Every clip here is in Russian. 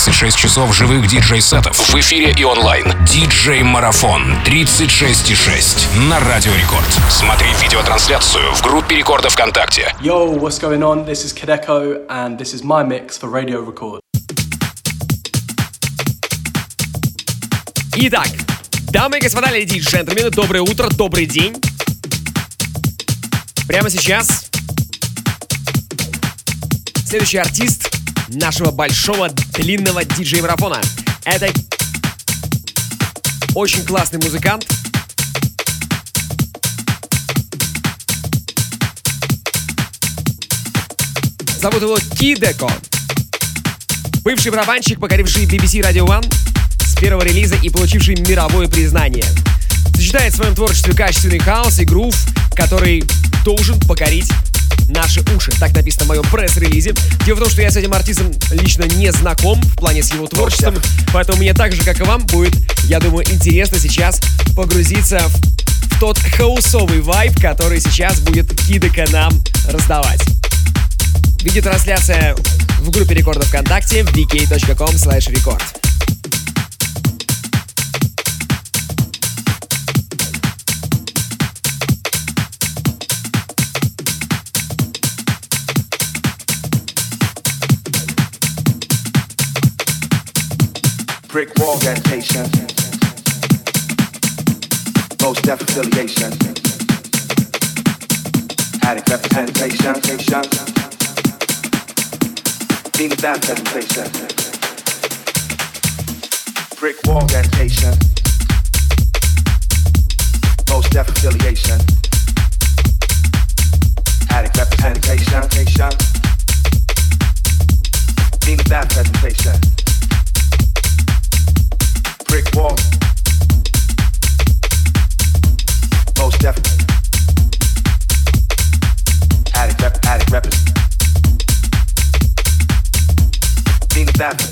36 часов живых диджей-сетов в эфире и онлайн. Диджей-марафон 36,6 на Радио Рекорд. Смотри видеотрансляцию в группе Рекорда ВКонтакте. Yo, what's going on? This is Kadeko and this is my mix for Radio Record. Итак, дамы и господа, леди и джентльмены, доброе утро, добрый день. Прямо сейчас следующий артист нашего большого длинного диджей-марафона. Это очень классный музыкант. Зовут его Кидеко. Бывший барабанщик, покоривший BBC Radio One с первого релиза и получивший мировое признание. Сочетает в своем творчестве качественный хаос и грув, который должен покорить наши уши. Так написано в моем пресс-релизе. Дело в том, что я с этим артистом лично не знаком в плане с его творчеством, поэтому мне так же, как и вам, будет, я думаю, интересно сейчас погрузиться в тот хаусовый вайб, который сейчас будет Кидеко нам раздавать. Видеотрансляция в группе Рекорда ВКонтакте vk.com/record. Brick wall dedication, most deaf affiliation, addict representation, being a bad presentation. Brick wall dedication, most deaf affiliation, addict representation, being a bad presentation. Brick wall, most definitely. Addict represent. Being a bad.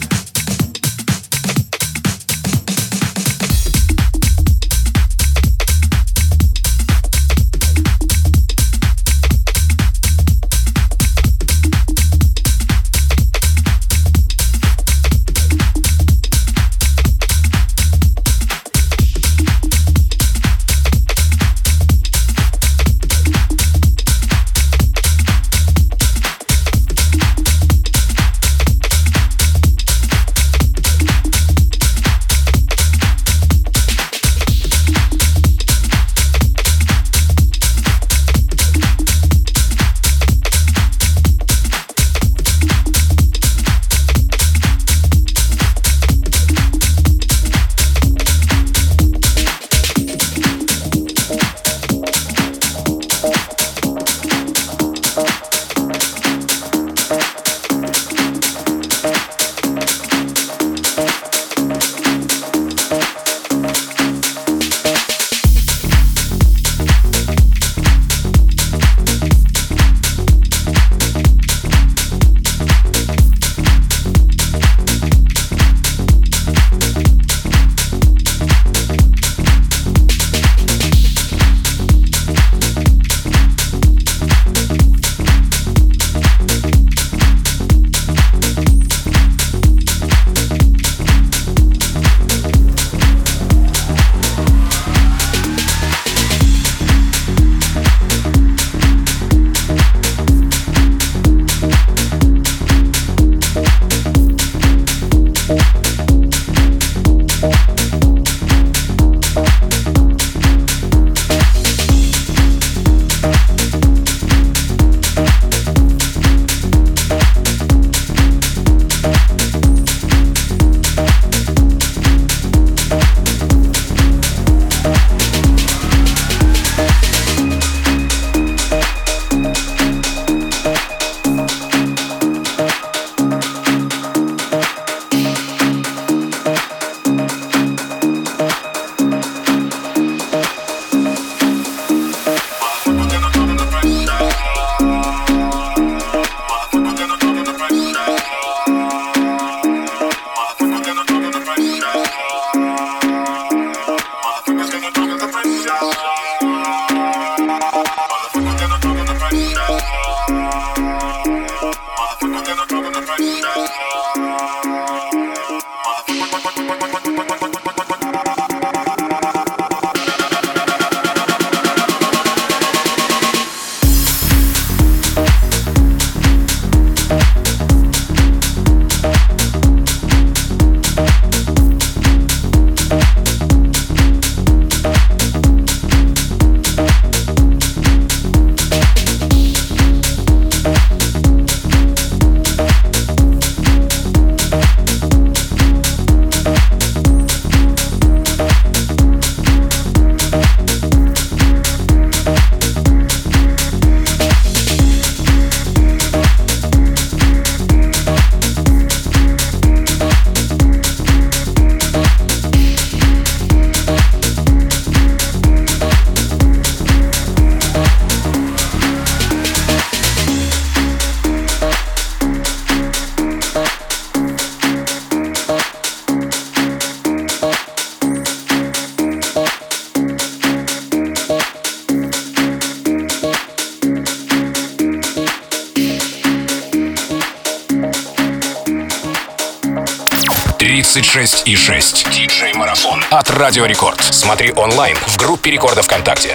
36,6. Диджей-марафон от Радио Рекорд. Смотри онлайн в группе Рекорда ВКонтакте.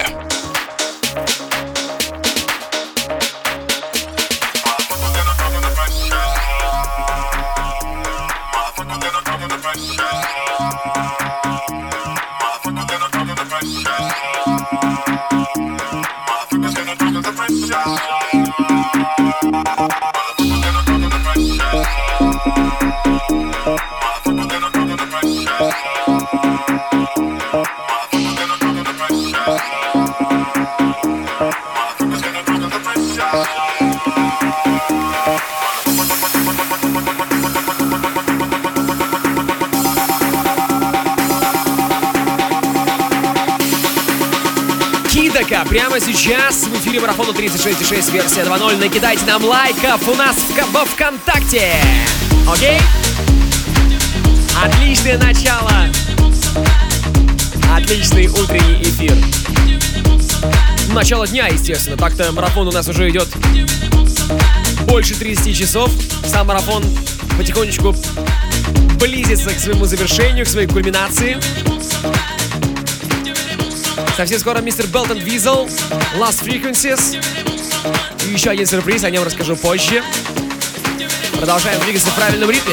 Прямо сейчас в эфире марафона 36,6 версия 2.0. Накидайте нам лайков у нас во ВКонтакте. Окей? Отличное начало. Отличный утренний эфир. Начало дня, естественно. Так-то марафон у нас уже идет больше 30 часов. Сам марафон потихонечку близится к своему завершению, к своей кульминации. Совсем скоро мистер Belton Weasel, Last Frequencies. И еще один сюрприз, о нем расскажу позже. Продолжаем двигаться в правильном ритме.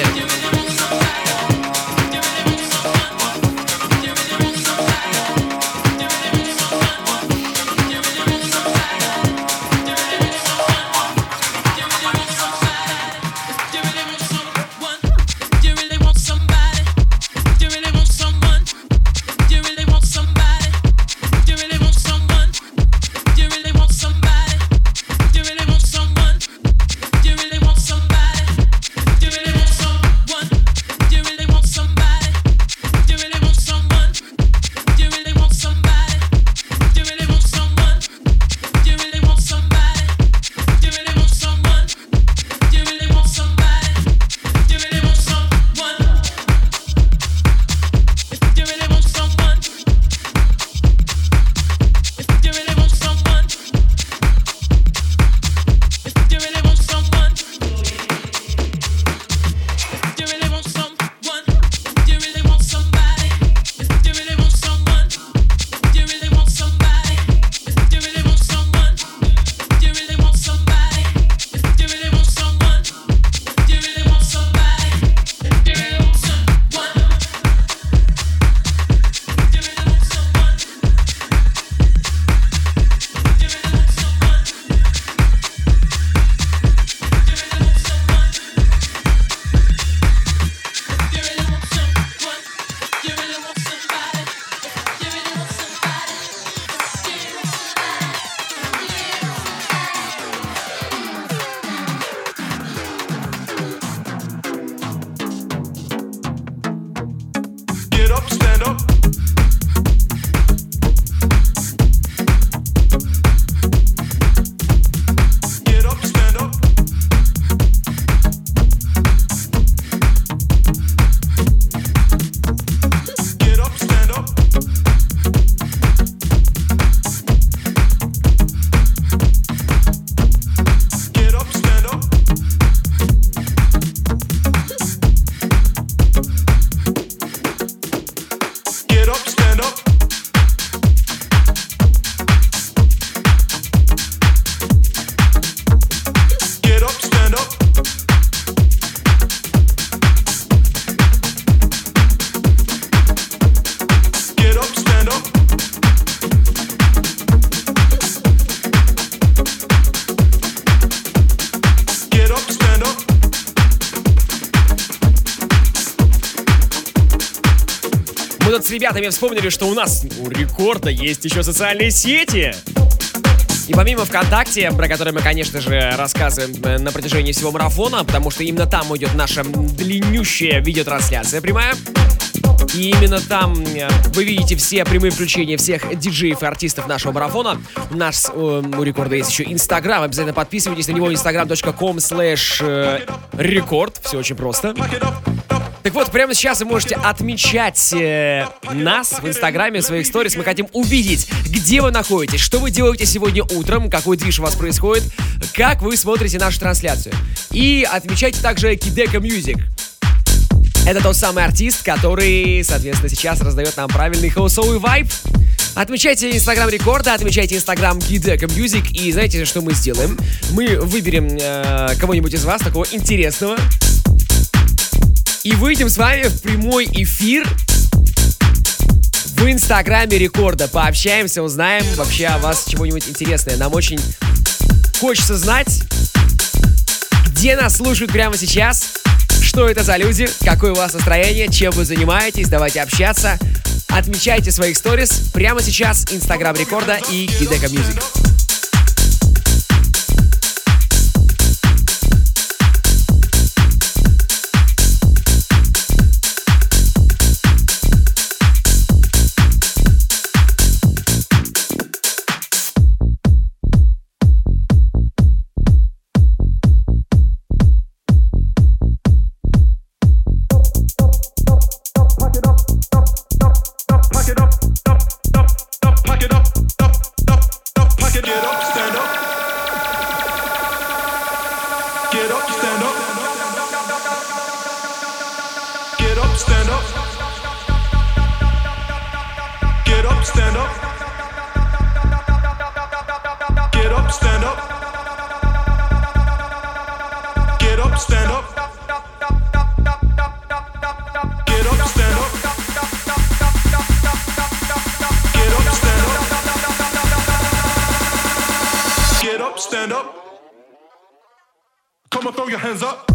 С ребятами вспомнили, что у нас у Рекорда есть еще социальные сети. И помимо ВКонтакте, про который мы, конечно же, рассказываем на протяжении всего марафона, потому что именно там идет наша длиннющая видеотрансляция прямая. И именно там вы видите все прямые включения всех диджеев и артистов нашего марафона. У нас у Рекорда есть еще Инстаграм. Обязательно подписывайтесь на него. instagram.com/record. Все очень просто. Так вот, прямо сейчас вы можете отмечать нас в Инстаграме, в своих сторис. Мы хотим увидеть, где вы находитесь, что вы делаете сегодня утром, какой движ у вас происходит, как вы смотрите нашу трансляцию. И отмечайте также Kideko Music. Это тот самый артист, который, соответственно, сейчас раздает нам правильный хаусовый вайб. Отмечайте Инстаграм Рекорда, отмечайте Инстаграм Kideco Music. И знаете, что мы сделаем? Мы выберем кого-нибудь из вас, такого интересного, и выйдем с вами в прямой эфир в Инстаграме Рекорда. Пообщаемся, узнаем вообще о вас чего-нибудь интересное. Нам очень хочется знать, где нас слушают прямо сейчас, что это за люди, какое у вас настроение, чем вы занимаетесь. Давайте общаться. Отмечайте в своих сторис прямо сейчас Инстаграм Рекорда и Kideco Music. Stand up. Come on, throw your hands up.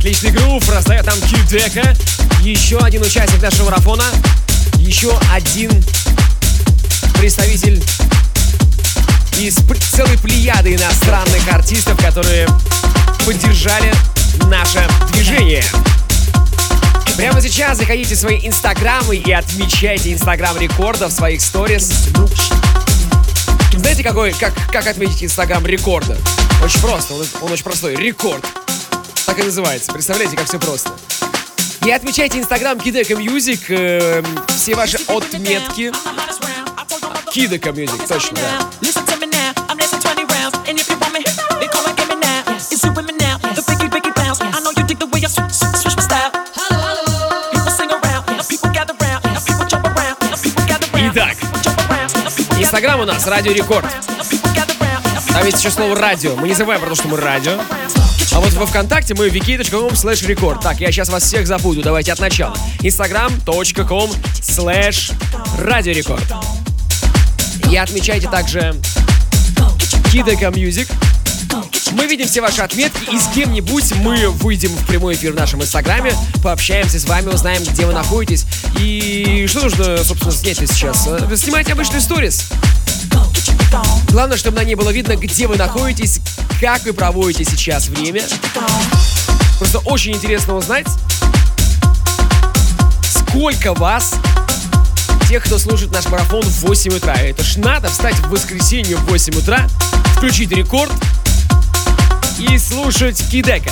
Отличный грув раздает нам Кидека. Еще один участник нашего марафона. Еще один представитель из целой плеяды иностранных артистов, которые поддержали наше движение. Прямо сейчас заходите в свои инстаграмы и отмечайте инстаграм рекорда в своих сторис. Знаете, как отметить инстаграм рекорда? Очень просто, он очень простой. Рекорд. Так и называется. Представляете, как все просто. И отмечайте инстаграм Кидека Music, все ваши отметки. Кидека Music, точно, да. Итак, инстаграм у нас Радио Рекорд. Там есть еще слово радио. Мы не забываем про то, что мы радио. А вот во ВКонтакте мы wiki.com/record. Так, я сейчас вас всех запутаю. Давайте от начала. instagram.com/радиорекорд. И отмечайте также Кидека Music. Мы видим все ваши отметки, и с кем-нибудь мы выйдем в прямой эфир в нашем инстаграме, пообщаемся с вами, узнаем, где вы находитесь. И что нужно, собственно, снять сейчас? Снимайте обычный сторис. Главное, чтобы на ней было видно, где вы находитесь, как вы проводите сейчас время. Просто очень интересно узнать, сколько вас, тех, кто слушает наш марафон в 8 утра. Это ж надо встать в воскресенье в 8 утра, включить рекорд и слушать Кидека.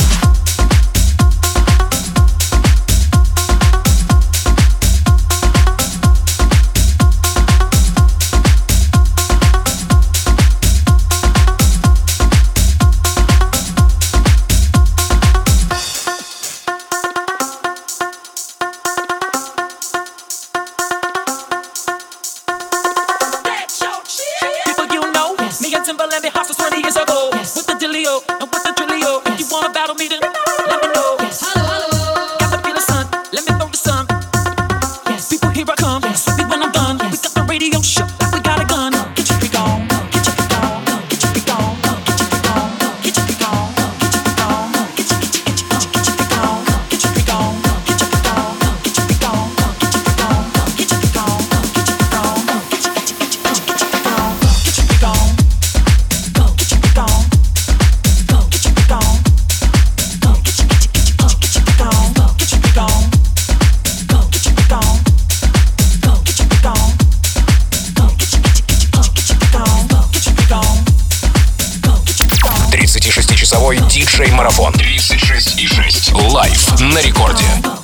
Диджей-марафон 36,6 лайв на рекорде.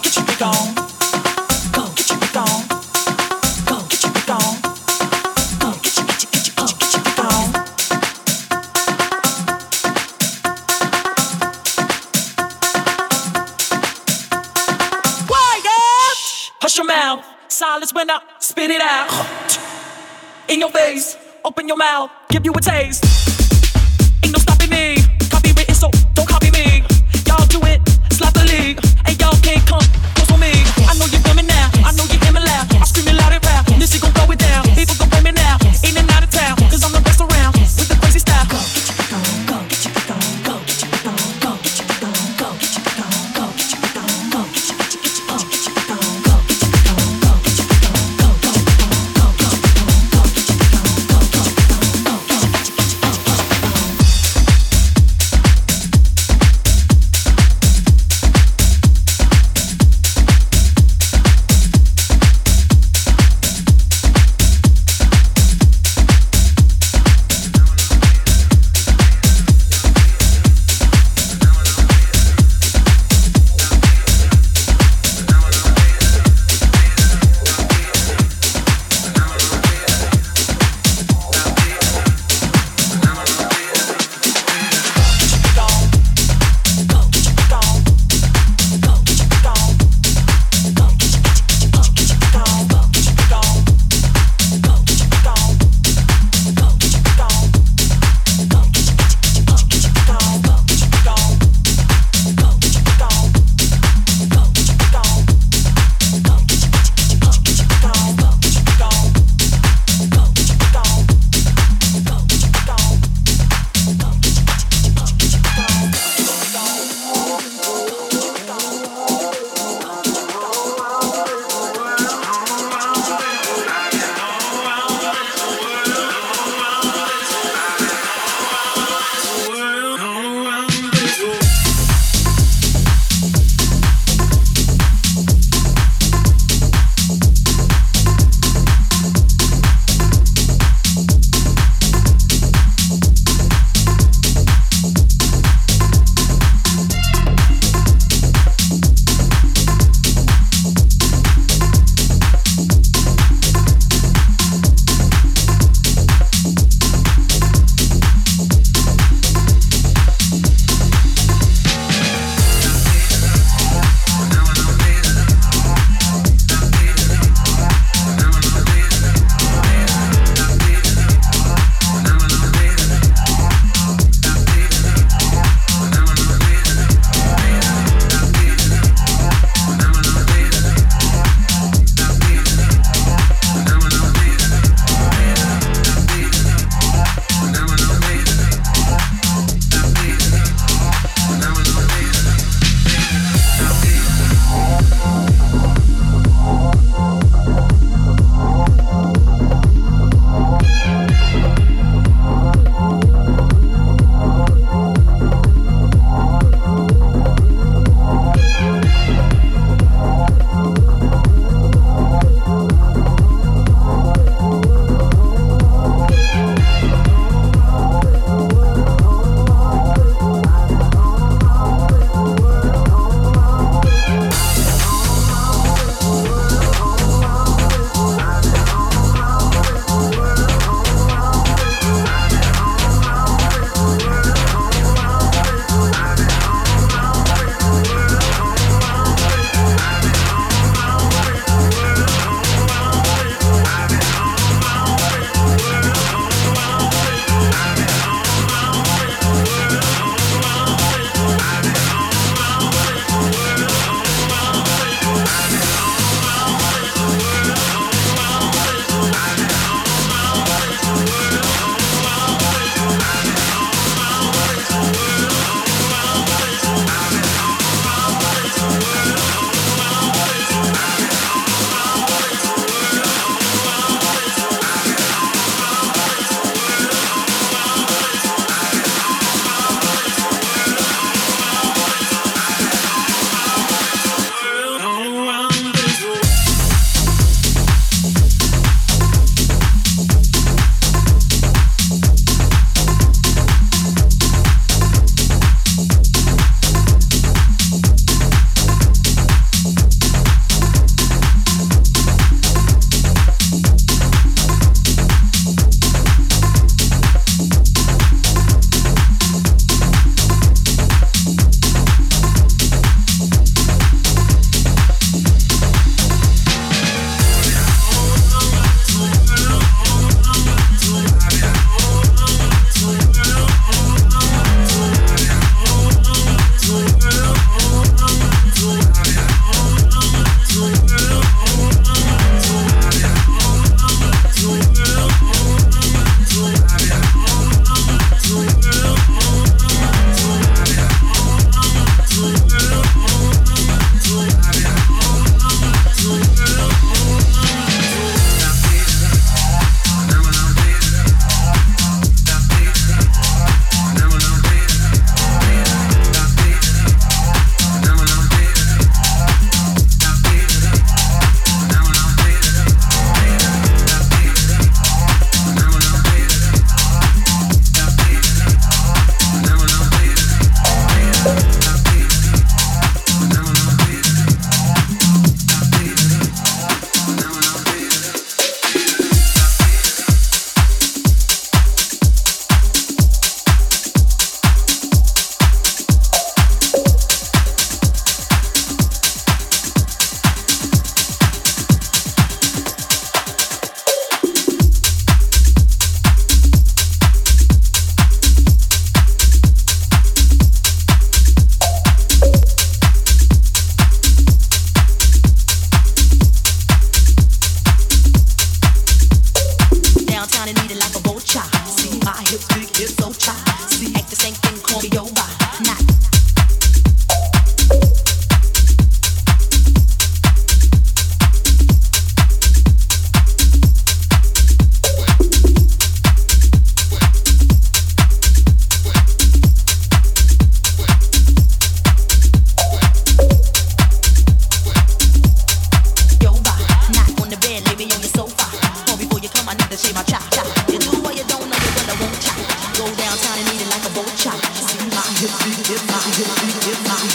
Hush your mouth, silence when I spit it out. In your face, open your mouth, give you a taste. Ain't no stopping me. Copywritten, so don't copy me. Y'all do it sloppily, and y'all can't come close for me. I know you feel me now, I know you hear me loud. I scream it loud and proud. This shit gon' throw it down. People gon' blame me now, in and out of town. Cause I'm the best around with the crazy style. Go get your go, go get your go, go get your go, go get your go, go get your go, go get your go, go get your go, go get your go, go get your go, go get your go, go get your go, go get your go, go get your go, go get your go, go get your go.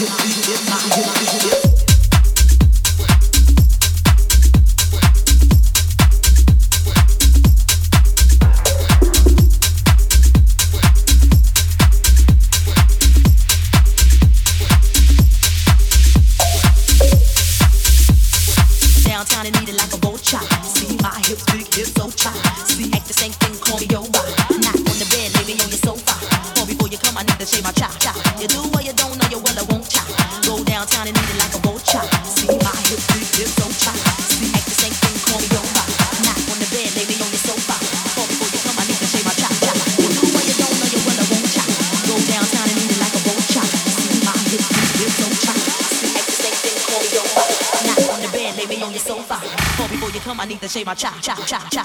Shake my cha cha cha cha.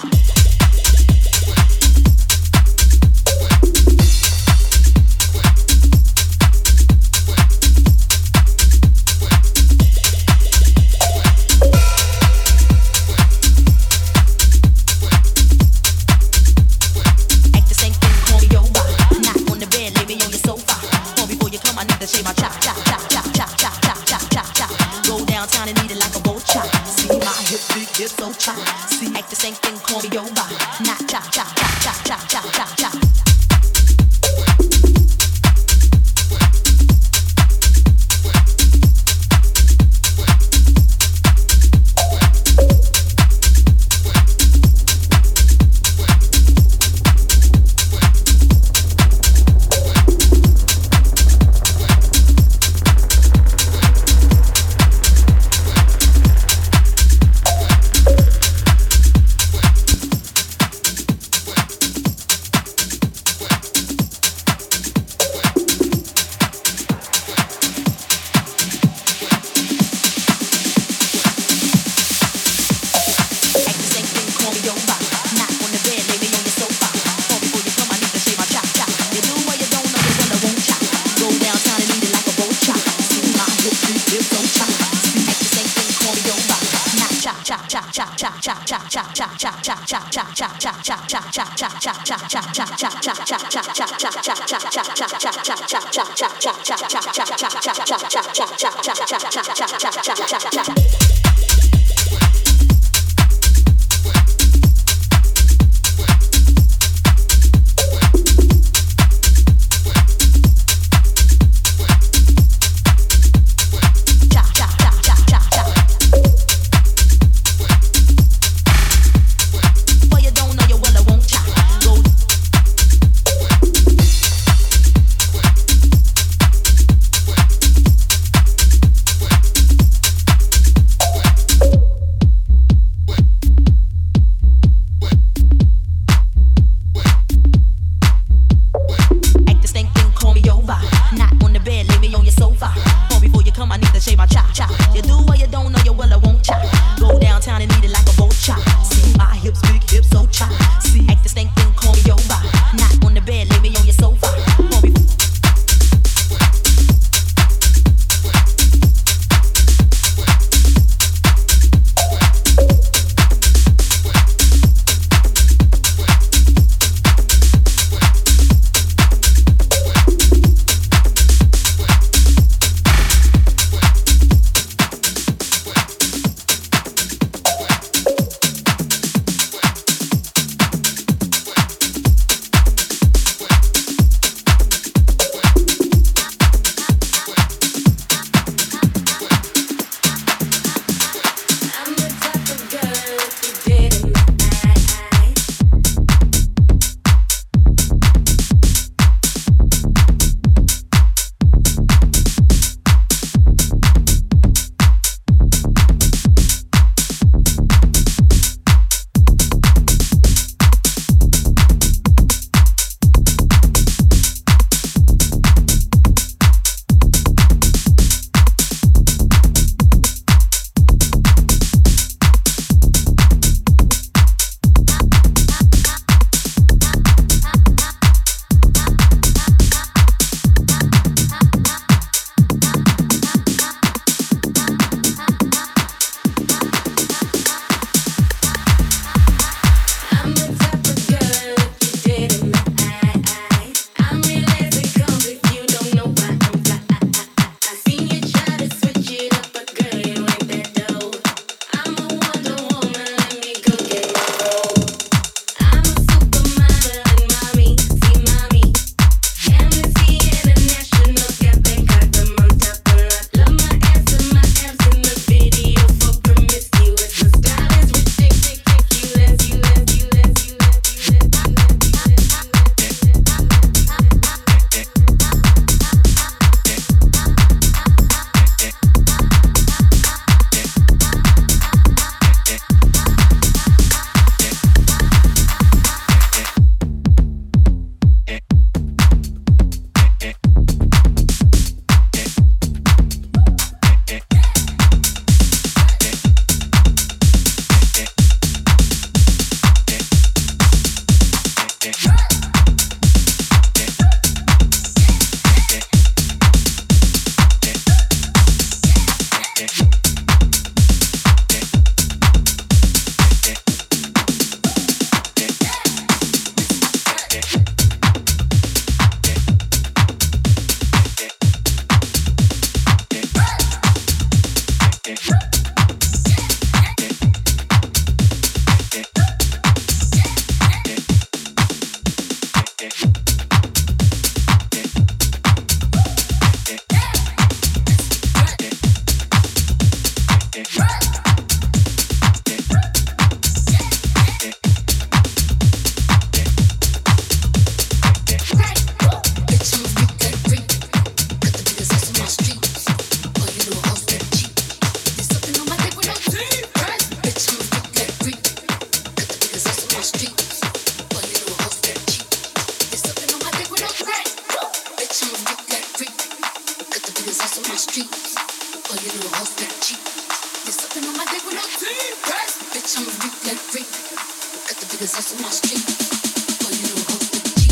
Oh, you little hoes that cheap. There's something on my dick with no teeth. Bitch, I'm a freak like freak. Got the biggest ass on my street. Oh, you little hoes that cheap.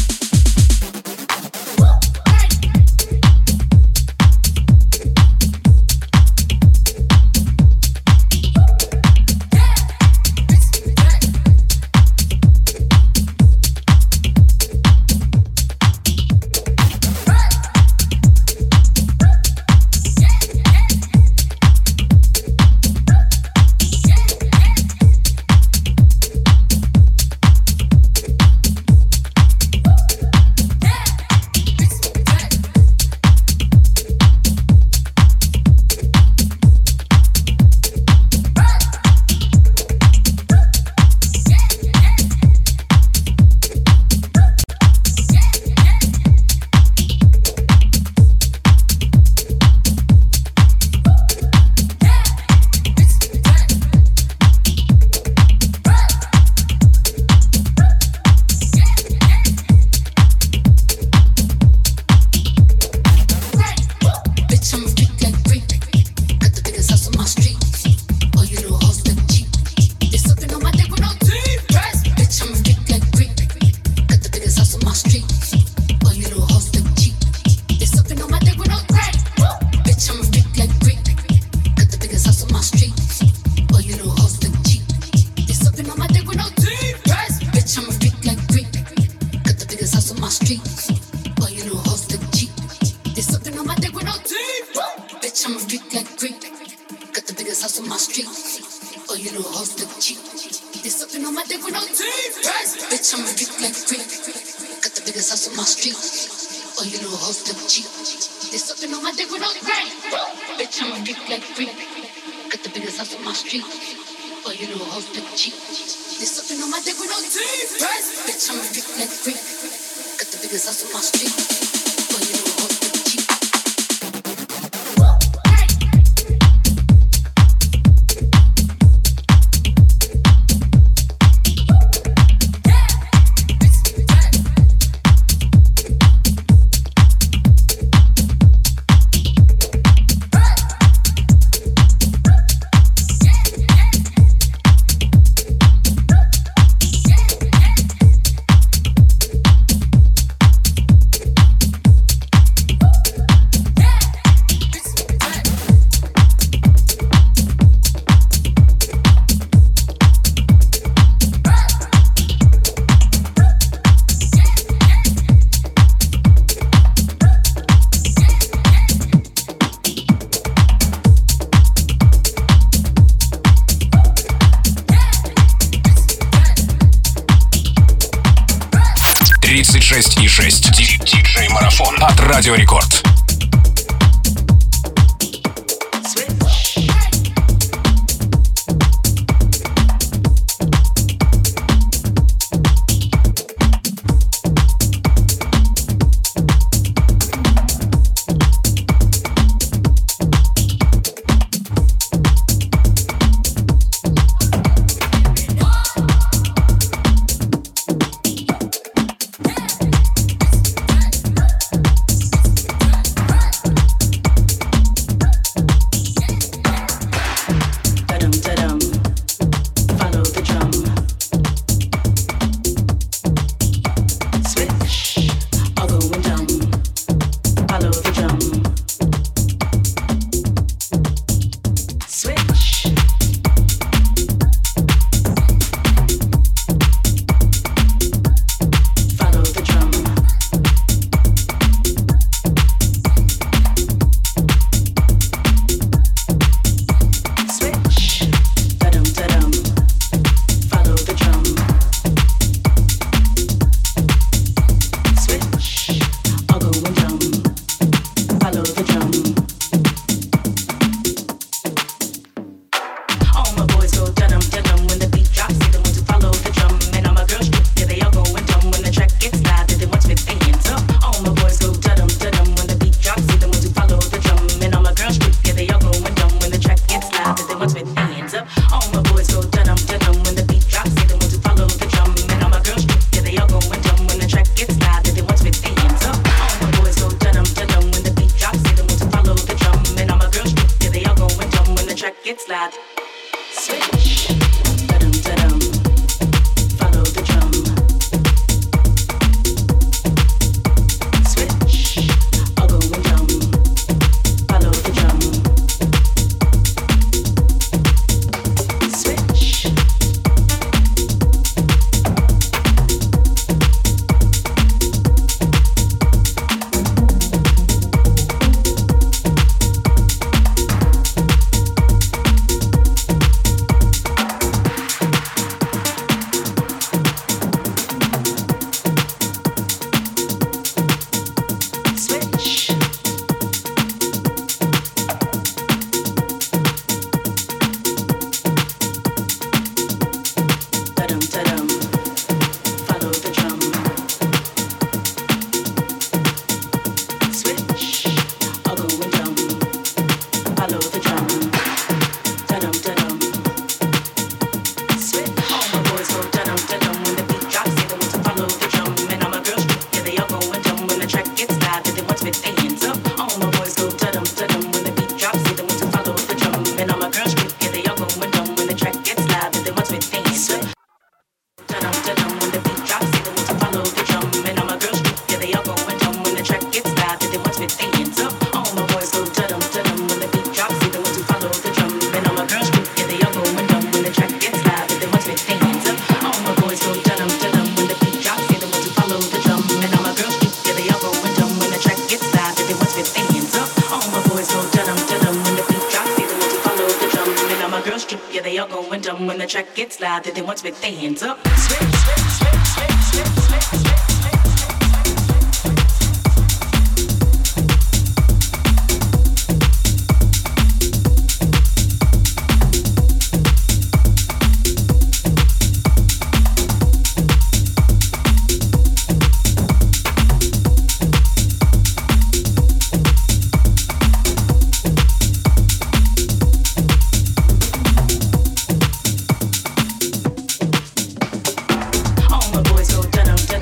Диджей Марафон от Радио Рекорд. gets loud. Switch. Da-dum, da-dum. Follow the drum. Switch. I'll go and drum. Follow the drum. Switch. When the track gets loud, they want to put their hands up. Switch, switch, switch, switch, switch, switch, switch. All my boys go da-dum.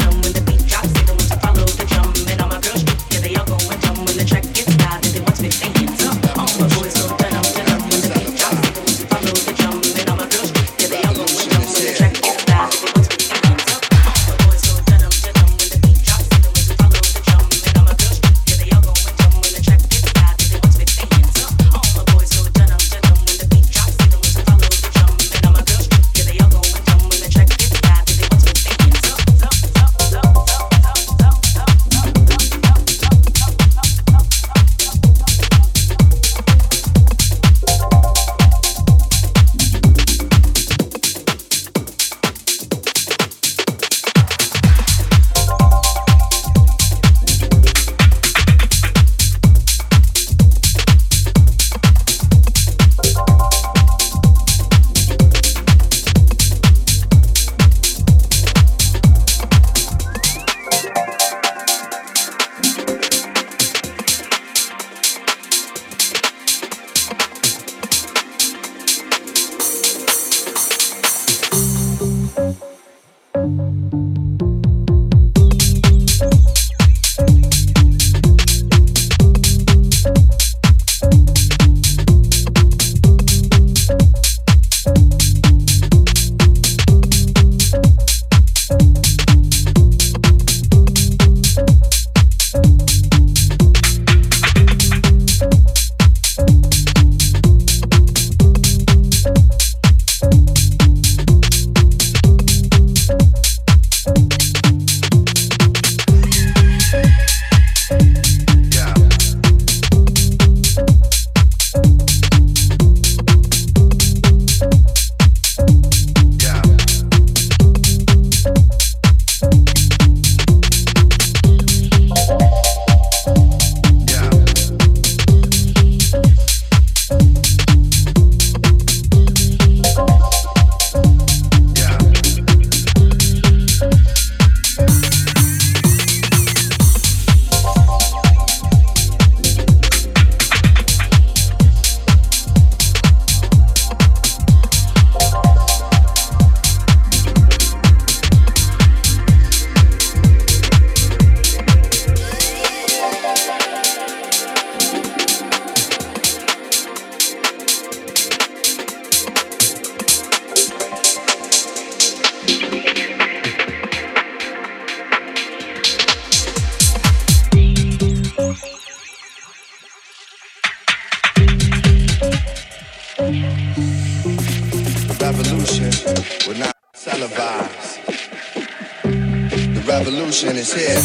televised. The revolution is here.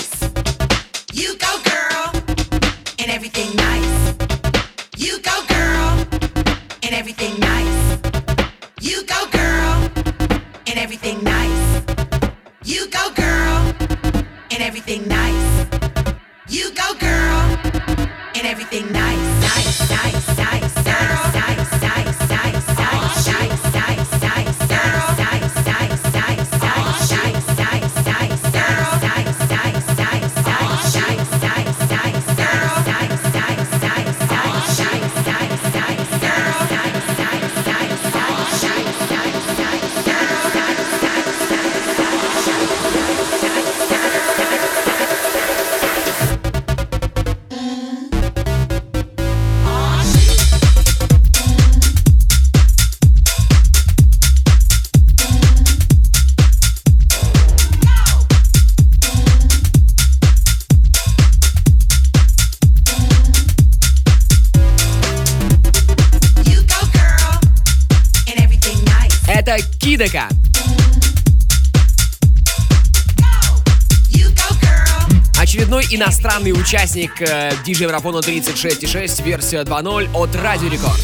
nice. You go, girl, and everything nice. You go, girl, and everything nice. You go, girl, and everything nice. You go, girl, and everything nice. You go, girl, and everything nice. Nice, nice, nice, girl. Nice, nice, nice, nice, nice, nice, nice, girl. Nice, nice, nice, nice, nice, nice, nice, girl. Nice, nice, nice, nice, nice, nice, nice, girl. Nice, nice, nice, nice, nice, nice, nice, girl. Nice, nice, nice, nice, nice, nice, nice, girl. Nice, nice, Это Кидека. Очередной иностранный участник DJ Марафона 36.6, версия 2.0 от Радио Рекорд.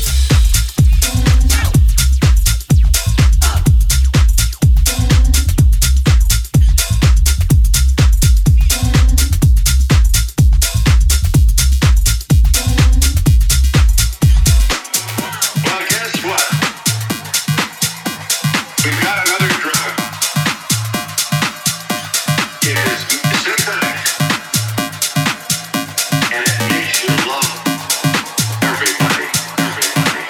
And it makes you love everybody.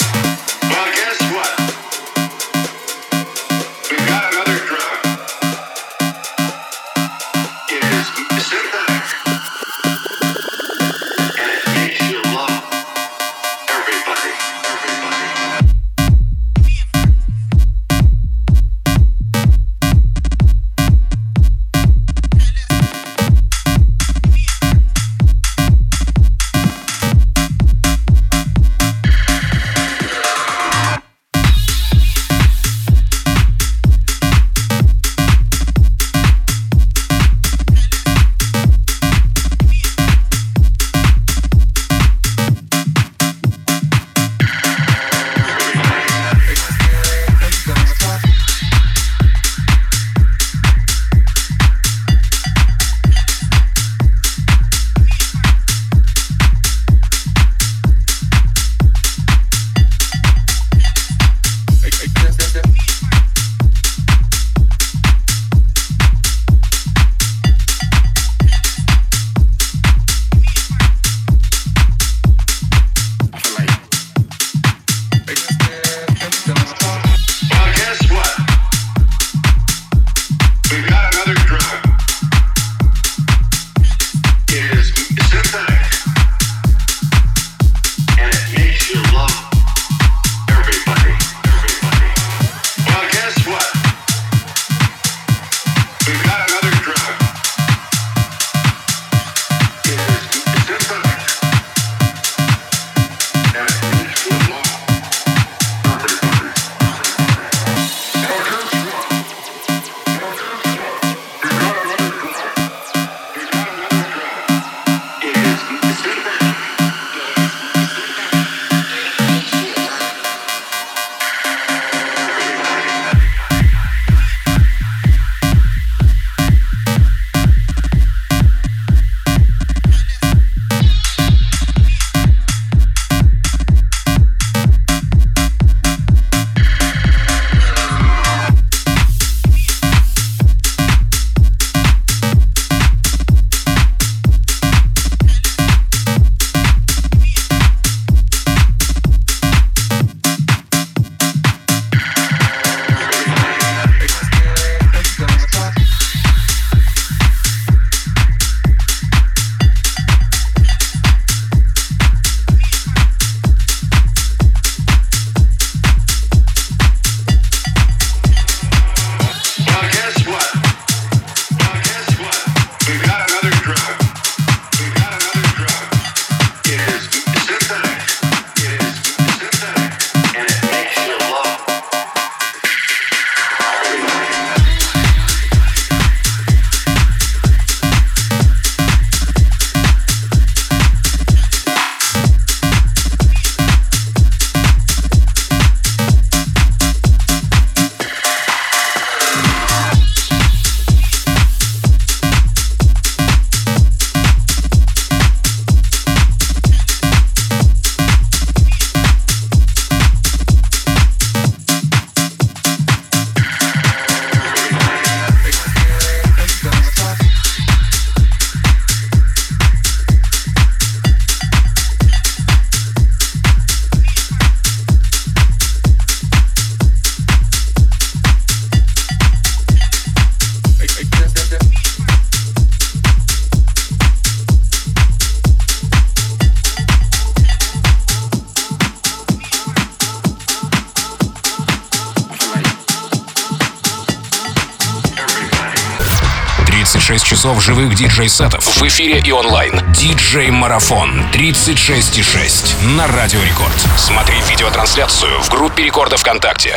36 часов живых диджей-сетов в эфире и онлайн. Диджей-марафон 36,6 на Радио Рекорд. Смотри видеотрансляцию в группе Рекорда ВКонтакте.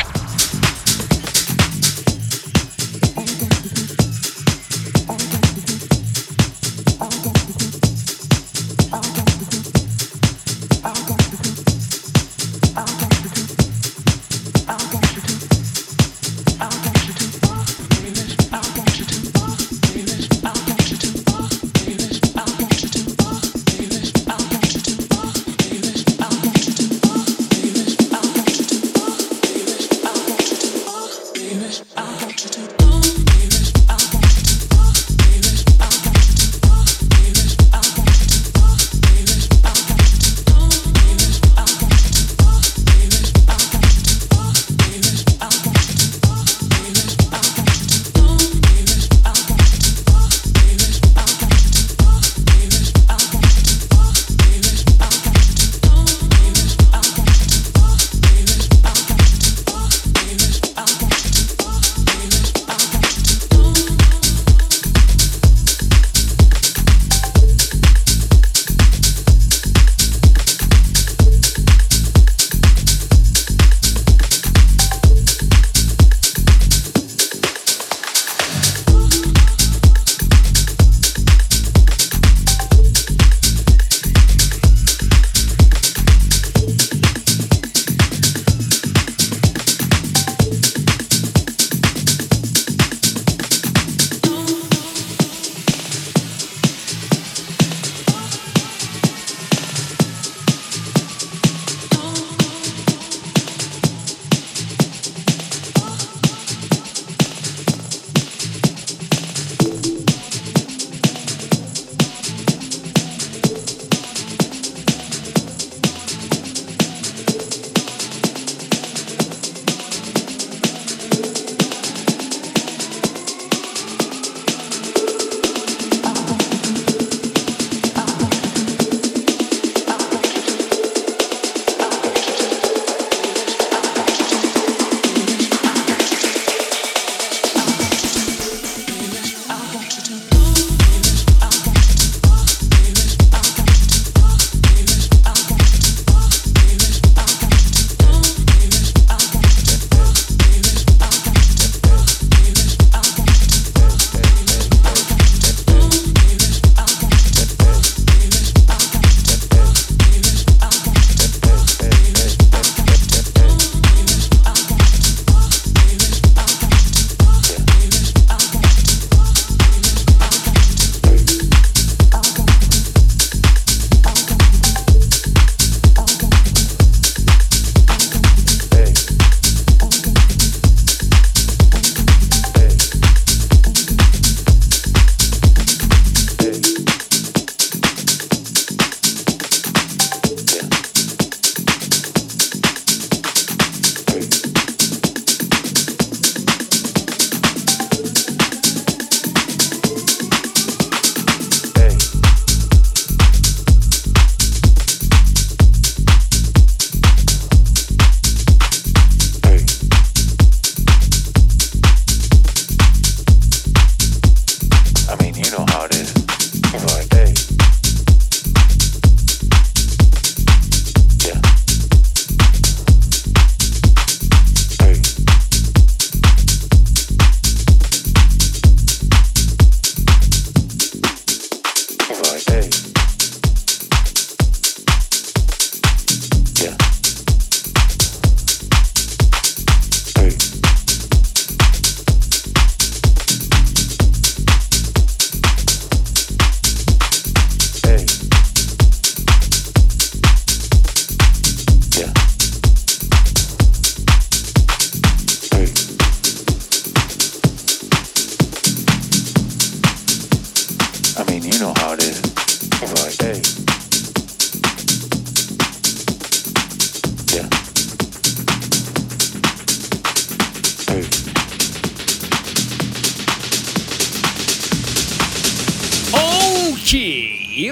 Окей.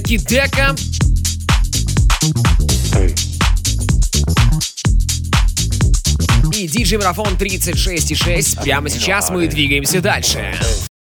Кидека. И DJ Марафон 36,6. Прямо сейчас мы двигаемся дальше.